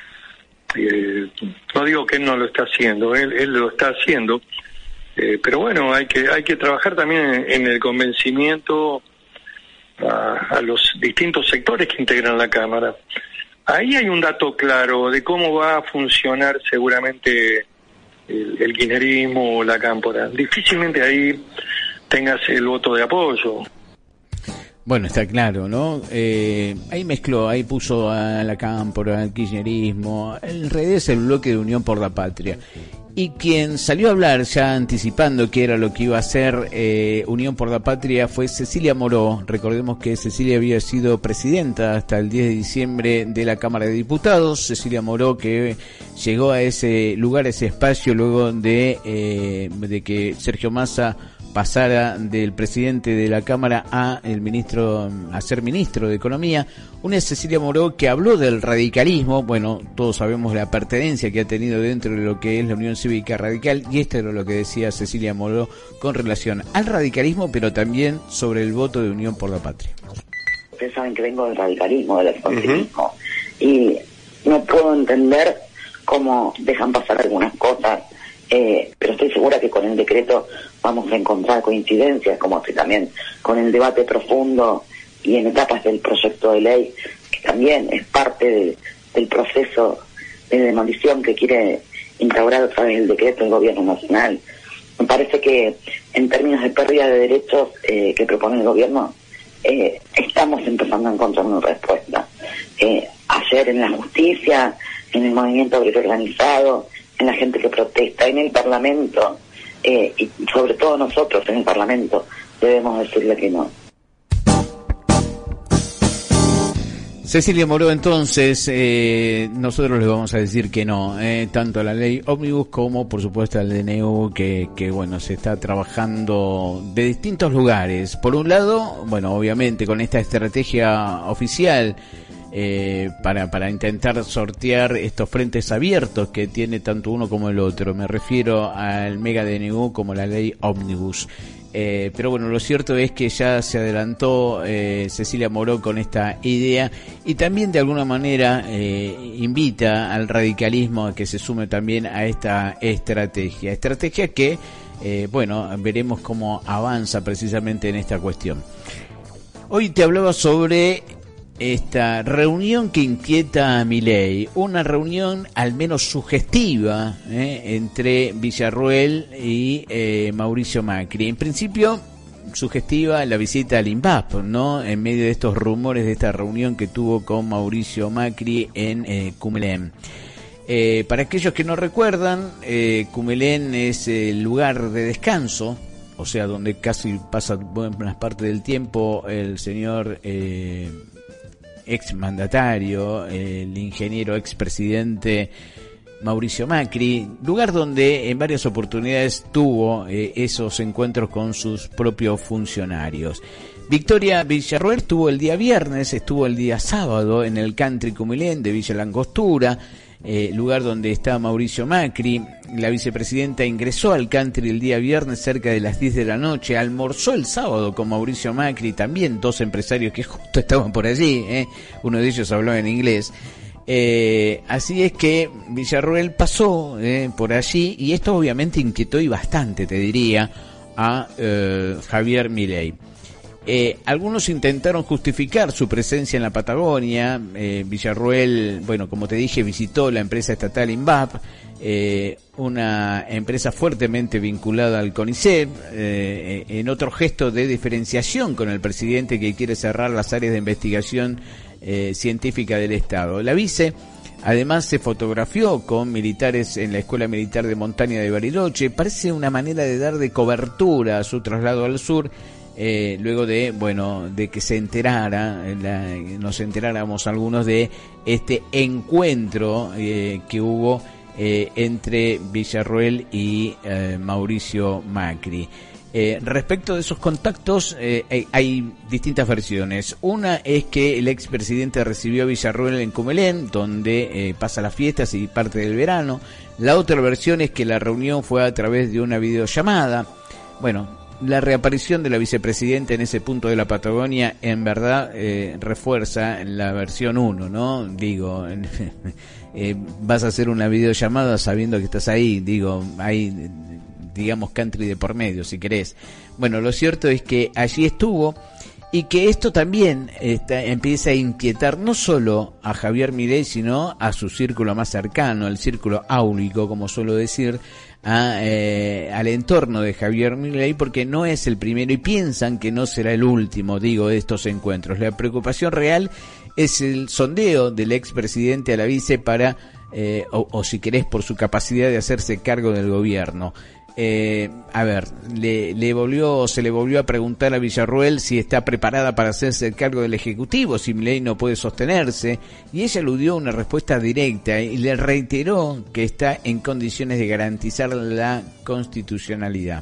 no digo que él no lo está haciendo, él lo está haciendo, pero bueno, hay que trabajar también en el convencimiento a los distintos sectores que integran la Cámara. Ahí hay un dato claro de cómo va a funcionar seguramente el kirchnerismo o la cámpora. Difícilmente ahí tengas el voto de apoyo. Bueno, está claro, ¿no? Ahí mezcló, ahí puso a la cámpora, al kirchnerismo, en redes el bloque de Unión por la Patria. Y quien salió a hablar ya anticipando qué era lo que iba a hacer Unión por la Patria fue Cecilia Moró. Recordemos que Cecilia había sido presidenta hasta el 10 de diciembre de la Cámara de Diputados. Cecilia Moró, que llegó a ese lugar, a ese espacio, luego de que Sergio Massa pasara del presidente de la Cámara a ser ministro de Economía. Una Cecilia Moró que habló del radicalismo. Bueno, todos sabemos la pertenencia que ha tenido dentro de lo que es la Unión Cívica Radical, y esto era lo que decía Cecilia Moró con relación al radicalismo, pero también sobre el voto de Unión por la Patria. Ustedes saben que vengo del radicalismo, del expansionismo, y no puedo entender cómo dejan pasar algunas cosas, pero estoy segura que con el decreto vamos a encontrar coincidencias, como que también con el debate profundo y en etapas del proyecto de ley, que también es parte del proceso de demolición que quiere instaurar a través del decreto del gobierno nacional. Me parece que en términos de pérdida de derechos que propone el gobierno, estamos empezando a encontrar una respuesta. Ayer en la justicia, en el movimiento obrero organizado, en la gente que protesta, en el Parlamento, y sobre todo nosotros en el Parlamento debemos decirle que no. Cecilia Moró, entonces, nosotros les vamos a decir que no, tanto a la ley ómnibus como, por supuesto, al DNU, que bueno, se está trabajando de distintos lugares. Por un lado, bueno, obviamente con esta estrategia oficial, para intentar sortear estos frentes abiertos que tiene tanto uno como el otro. Me refiero al mega DNU como la ley ómnibus. Pero bueno, lo cierto es que ya se adelantó Cecilia Moró con esta idea, y también de alguna manera invita al radicalismo a que se sume también a esta estrategia que bueno, veremos cómo avanza precisamente en esta cuestión. Hoy te hablaba sobre esta reunión que inquieta a Milei, una reunión al menos sugestiva entre Villarroel y Mauricio Macri. En principio, sugestiva la visita al INVAP, ¿no? En medio de estos rumores de esta reunión que tuvo con Mauricio Macri en Cumelén. Para aquellos que no recuerdan, Cumelén es el lugar de descanso, o sea, donde casi pasa buenas partes del tiempo el señor ex mandatario, el ingeniero ex presidente Mauricio Macri, lugar donde en varias oportunidades tuvo esos encuentros con sus propios funcionarios. Victoria Villarroel estuvo el día viernes, estuvo el día sábado en el Country Cumelén de Villa Langostura. lugar donde está Mauricio Macri. La vicepresidenta ingresó al country el día viernes cerca de las 10 de la noche, almorzó el sábado con Mauricio Macri, también dos empresarios que justo estaban por allí, uno de ellos hablaba en inglés. Así es que Villarroel pasó por allí, y esto obviamente inquietó y bastante, te diría, a Javier Milei. Algunos intentaron justificar su presencia en la Patagonia. Villarroel, bueno, como te dije, visitó la empresa estatal INVAP, una empresa fuertemente vinculada al CONICET, en otro gesto de diferenciación con el presidente, que quiere cerrar las áreas de investigación científica del Estado. La vice además se fotografió con militares en la Escuela Militar de Montaña de Bariloche. Parece una manera de dar de cobertura a su traslado al sur, luego de, bueno, de que se enterara, nos enteráramos algunos de este encuentro que hubo entre Villarroel y Mauricio Macri. Respecto de esos contactos, hay distintas versiones. Una es que el expresidente recibió a Villarroel en Cumelén, donde pasa las fiestas y parte del verano. La otra versión es que la reunión fue a través de una videollamada. Bueno, la reaparición de la vicepresidenta en ese punto de la Patagonia, en verdad, refuerza la versión 1, ¿no? Digo, vas a hacer una videollamada sabiendo que estás ahí, digo, hay, digamos, country de por medio, si querés. Bueno, lo cierto es que allí estuvo, y que esto también empieza a inquietar no solo a Javier Milei, sino a su círculo más cercano, el círculo áulico, como suelo decir, al entorno de Javier Milei, porque no es el primero y piensan que no será el último, digo, de estos encuentros. La preocupación real es el sondeo del expresidente a la vice para, o si querés, por su capacidad de hacerse cargo del gobierno. A ver, se le volvió a preguntar a Villarroel si está preparada para hacerse cargo del Ejecutivo, si Milei no puede sostenerse, y ella eludió una respuesta directa y le reiteró que está en condiciones de garantizar la constitucionalidad.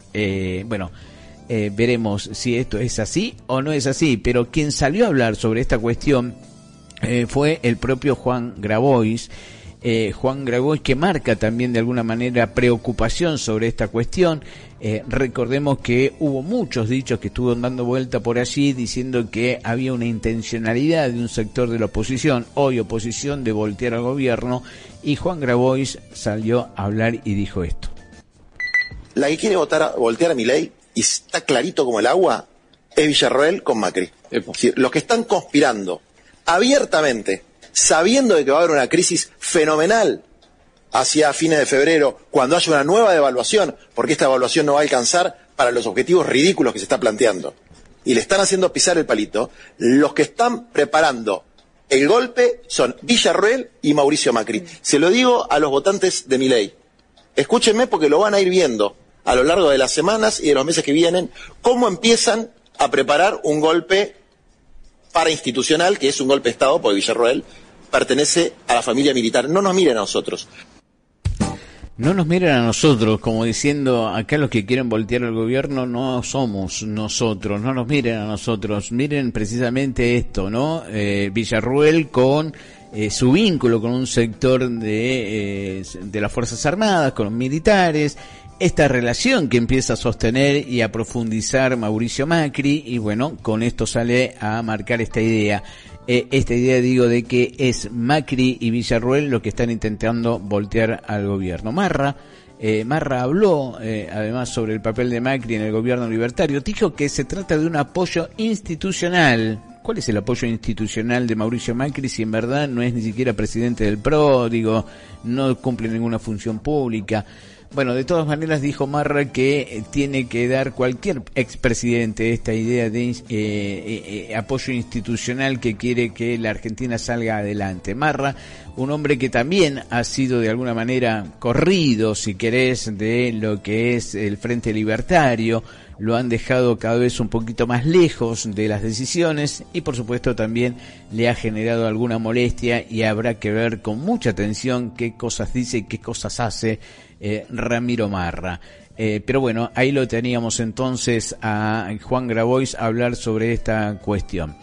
Veremos si esto es así o no es así, pero quien salió a hablar sobre esta cuestión fue el propio Juan Grabois. Juan Grabois, que marca también de alguna manera preocupación sobre esta cuestión. Recordemos que hubo muchos dichos que estuvieron dando vuelta por allí diciendo que había una intencionalidad de un sector de la oposición, hoy oposición, de voltear al gobierno, y Juan Grabois salió a hablar y dijo esto. La que quiere voltear a Milei, y está clarito como el agua, es Villarroel con Macri. Es decir, los que están conspirando abiertamente, sabiendo de que va a haber una crisis fenomenal hacia fines de febrero, cuando haya una nueva devaluación, porque esta devaluación no va a alcanzar para los objetivos ridículos que se está planteando, y le están haciendo pisar el palito, los que están preparando el golpe son Villarroel y Mauricio Macri. Se lo digo a los votantes de Milei. Escúchenme, porque lo van a ir viendo a lo largo de las semanas y de los meses que vienen, cómo empiezan a preparar un golpe parainstitucional, que es un golpe de Estado, porque Villarroel pertenece a la familia militar. No nos miren a nosotros. No nos miren a nosotros, como diciendo, acá los que quieren voltear el gobierno no somos nosotros, no nos miren a nosotros, miren precisamente esto, ¿no? Villarroel con su vínculo con un sector de las Fuerzas Armadas, con los militares, esta relación que empieza a sostener y a profundizar Mauricio Macri, y bueno, con esto sale a marcar esta idea. Digo, de que es Macri y Villarroel lo que están intentando voltear al gobierno. Marra habló además sobre el papel de Macri en el gobierno libertario. Dijo que se trata de un apoyo institucional. ¿Cuál es el apoyo institucional de Mauricio Macri si en verdad no es ni siquiera presidente del PRO? Digo, no cumple ninguna función pública. Bueno, de todas maneras dijo Marra que tiene que dar cualquier expresidente esta idea de apoyo institucional que quiere que la Argentina salga adelante. Marra, un hombre que también ha sido de alguna manera corrido, si querés, de lo que es el Frente Libertario, lo han dejado cada vez un poquito más lejos de las decisiones y por supuesto también le ha generado alguna molestia, y habrá que ver con mucha atención qué cosas dice y qué cosas hace Ramiro Marra. Pero bueno, ahí lo teníamos entonces a Juan Grabois a hablar sobre esta cuestión.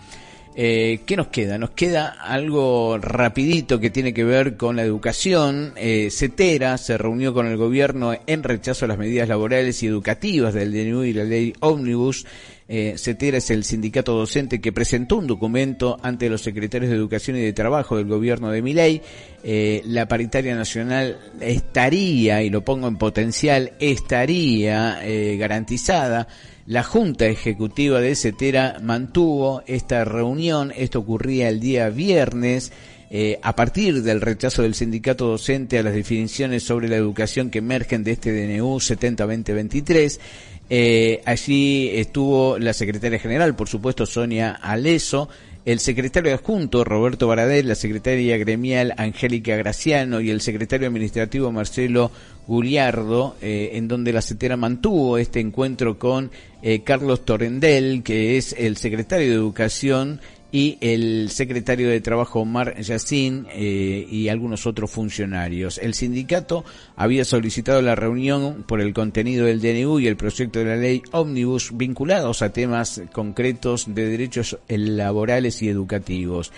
¿Qué nos queda? Nos queda algo rapidito que tiene que ver con la educación. CETERA se reunió con el gobierno en rechazo a las medidas laborales y educativas del DNU y la ley Ómnibus. CETERA es el sindicato docente que presentó un documento ante los secretarios de Educación y de Trabajo del gobierno de Milei. La paritaria nacional estaría, y lo pongo en potencial, estaría garantizada. La Junta Ejecutiva de CETERA mantuvo esta reunión, esto ocurría el día viernes, a partir del rechazo del sindicato docente a las definiciones sobre la educación que emergen de este DNU 70-2023. Allí estuvo la secretaria general, por supuesto, Sonia Aleso, el secretario adjunto Roberto Baradel, la secretaria gremial Angélica Graciano y el secretario administrativo Marcelo Guliardo, en donde la CETERA mantuvo este encuentro con Carlos Torrendel, que es el secretario de Educación, y el secretario de Trabajo Omar Yacín y algunos otros funcionarios. El sindicato había solicitado la reunión por el contenido del DNU y el proyecto de la ley Ómnibus vinculados a temas concretos de derechos laborales y educativos.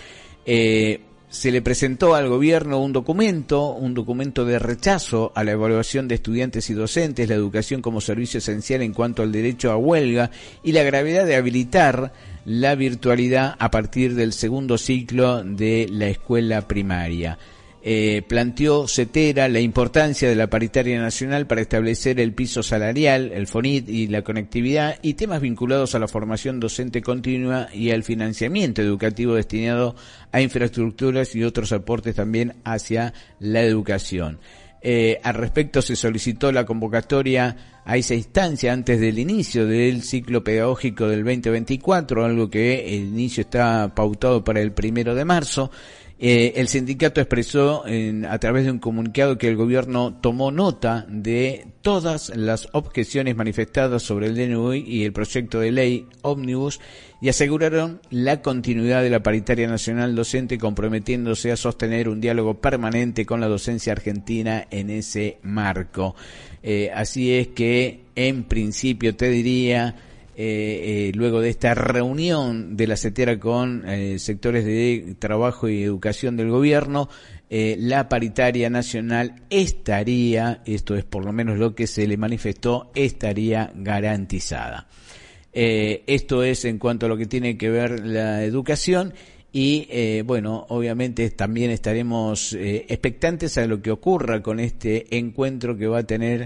Se le presentó al gobierno un documento de rechazo a la evaluación de estudiantes y docentes, la educación como servicio esencial en cuanto al derecho a huelga y la gravedad de habilitar la virtualidad a partir del segundo ciclo de la escuela primaria. Planteó CETERA la importancia de la paritaria nacional para establecer el piso salarial, el FONIT y la conectividad y temas vinculados a la formación docente continua y al financiamiento educativo destinado a infraestructuras y otros aportes también hacia la educación. Al respecto se solicitó la convocatoria a esa instancia antes del inicio del ciclo pedagógico del 2024, algo que el inicio está pautado para el 1 de marzo. El sindicato expresó a través de un comunicado que el gobierno tomó nota de todas las objeciones manifestadas sobre el DNU y el proyecto de ley Ómnibus y aseguraron la continuidad de la paritaria nacional docente, comprometiéndose a sostener un diálogo permanente con la docencia argentina en ese marco. Así es que, en principio, te diría, luego de esta reunión de la CETERA con sectores de trabajo y educación del gobierno, la paritaria nacional estaría, esto es por lo menos lo que se le manifestó, estaría garantizada. Esto es en cuanto a lo que tiene que ver la educación y bueno, obviamente también estaremos expectantes a lo que ocurra con este encuentro que va a tener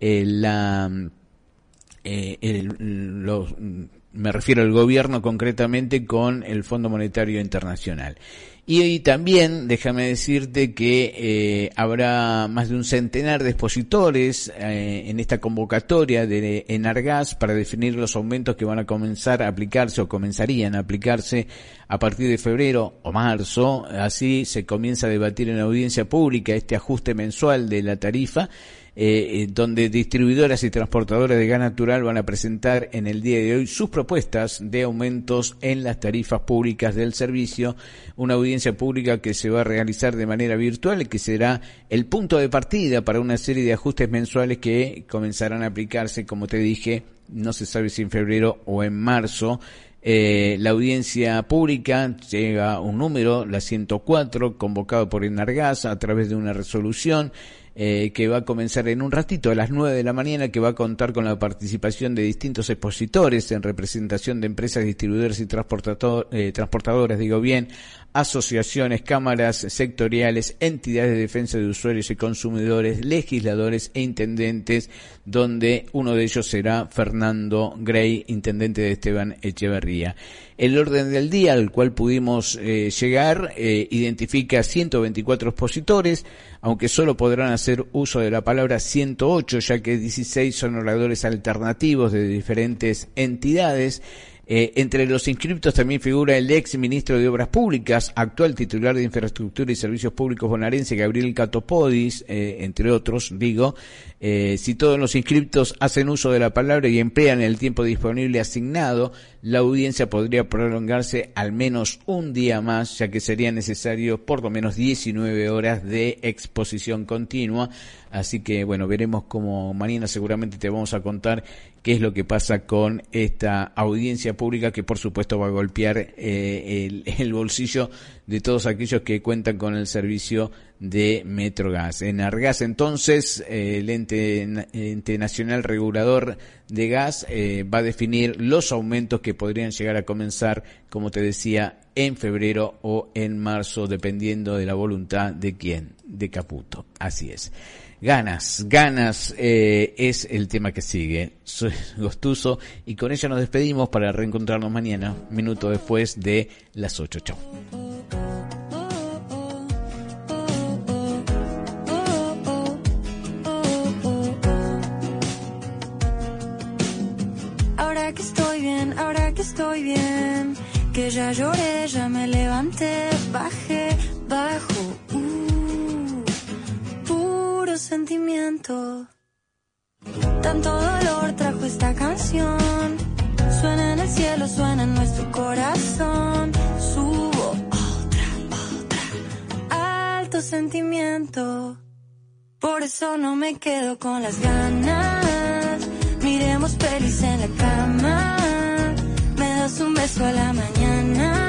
me refiero al gobierno concretamente con el Fondo Monetario Internacional. Y también, déjame decirte que habrá más de un centenar de expositores en esta convocatoria de Enargas para definir los aumentos que van a comenzar a aplicarse o comenzarían a aplicarse a partir de febrero o marzo. Así se comienza a debatir en audiencia pública este ajuste mensual de la tarifa, donde distribuidoras y transportadoras de gas natural van a presentar en el día de hoy sus propuestas de aumentos en las tarifas públicas del servicio, una audiencia pública que se va a realizar de manera virtual y que será el punto de partida para una serie de ajustes mensuales que comenzarán a aplicarse, como te dije, no se sabe si en febrero o en marzo. La audiencia pública llega a un número, la 104, convocado por Enargas a través de una resolución que va a comenzar en un ratito a las 9 de la mañana, que va a contar con la participación de distintos expositores en representación de empresas distribuidoras y transportadoras, digo bien, asociaciones, cámaras sectoriales, entidades de defensa de usuarios y consumidores, legisladores e intendentes, donde uno de ellos será Fernando Grey, intendente de Esteban Echeverría. El orden del día al cual pudimos llegar identifica 124 expositores, aunque solo podrán hacer uso de la palabra 108, ya que 16 son oradores alternativos de diferentes entidades. Entre los inscriptos también figura el ex ministro de Obras Públicas, actual titular de Infraestructura y Servicios Públicos bonaerense, Gabriel Catopodis, entre otros, digo. Si todos los inscriptos hacen uso de la palabra y emplean el tiempo disponible asignado, la audiencia podría prolongarse al menos un día más, ya que sería necesario por lo menos 19 horas de exposición continua. Así que bueno, veremos cómo mañana seguramente te vamos a contar qué es lo que pasa con esta audiencia pública que por supuesto va a golpear el bolsillo de todos aquellos que cuentan con el servicio de Metrogas. Enargas, entonces, el ente nacional regulador de gas va a definir los aumentos que podrían llegar a comenzar, como te decía, en febrero o en marzo, dependiendo de la voluntad de quién, de Caputo. Así es. Ganas es el tema que sigue. Soy Gostuso y con ella nos despedimos para reencontrarnos mañana, minuto después de las 8. Chau. Ahora que estoy bien, que ya lloré, ya me levanté, bajé, bajo, puro sentimiento. Tanto dolor trajo esta canción, suena en el cielo, suena en nuestro corazón. Subo otra, alto sentimiento. Por eso no me quedo con las ganas. Miremos pelis en la cama, me das un beso a la mañana.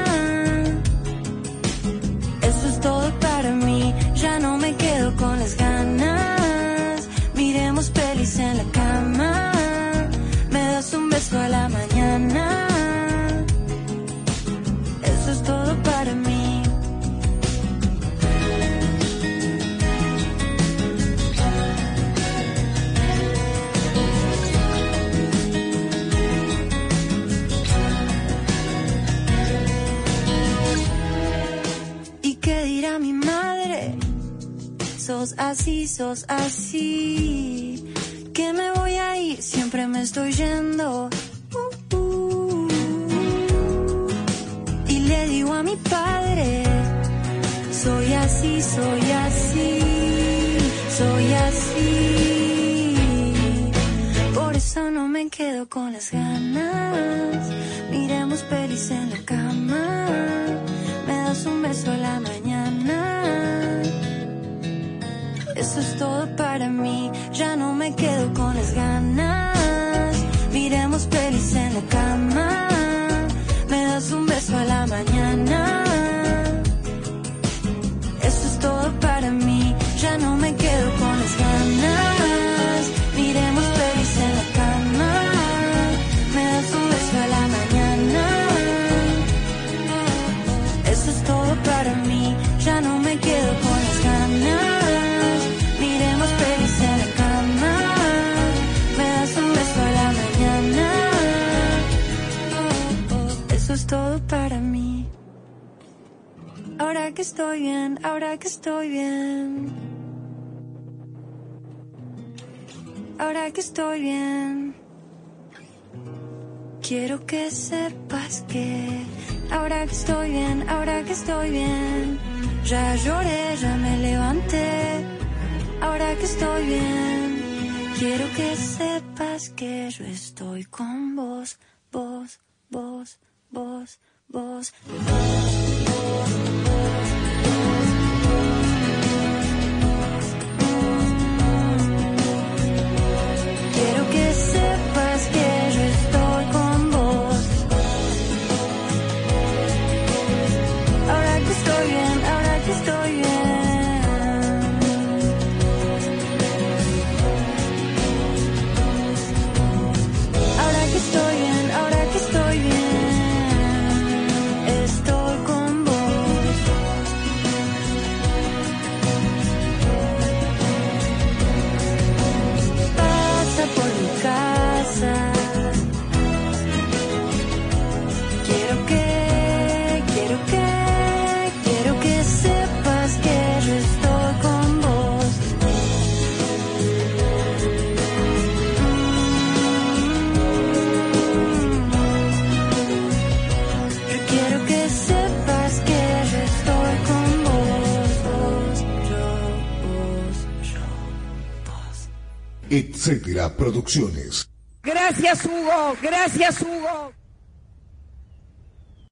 Eso es todo para mí, ya no me quedo con las ganas. Miremos pelis en la cama, me das un beso a la mañana. Eso es todo para mí. Mi madre, sos así, que me voy a ir, siempre me estoy yendo. Y le digo a mi padre, soy así. Por eso no me quedo con las ganas. Miremos pelis en la cama, me das un beso a la mañana. Eso es todo para mí, ya no me quedo con las ganas. Miremos pelis en la cama, me das un beso a la mañana. Eso es todo para mí, ya no me quedo con las ganas. Miremos pelis en la cama, me das un beso a la mañana. Eso es todo para mí, ya no me quedo con las ganas. Miremos pelis en la cama, me das un beso a la mañana. Eso es todo para mí. Ahora que estoy bien, ahora que estoy bien. Ahora que estoy bien. Quiero que sepas que ahora que estoy bien, ahora que estoy bien. Ya lloré, ya me levanté. Ahora que estoy bien, quiero que sepas que yo estoy con vos. Quiero que sepas que yo estoy con vos. Ahora que estoy bien, ahora que estoy bien. Ahora que estoy bien, ahora que estoy bien. Estoy con vos. Pasa por mi casa. Quiero que sepas que yo estoy con vos. Yo quiero que sepas que yo estoy con vos. Vos. Etcétera Producciones. Gracias, Hugo. Gracias, Hugo.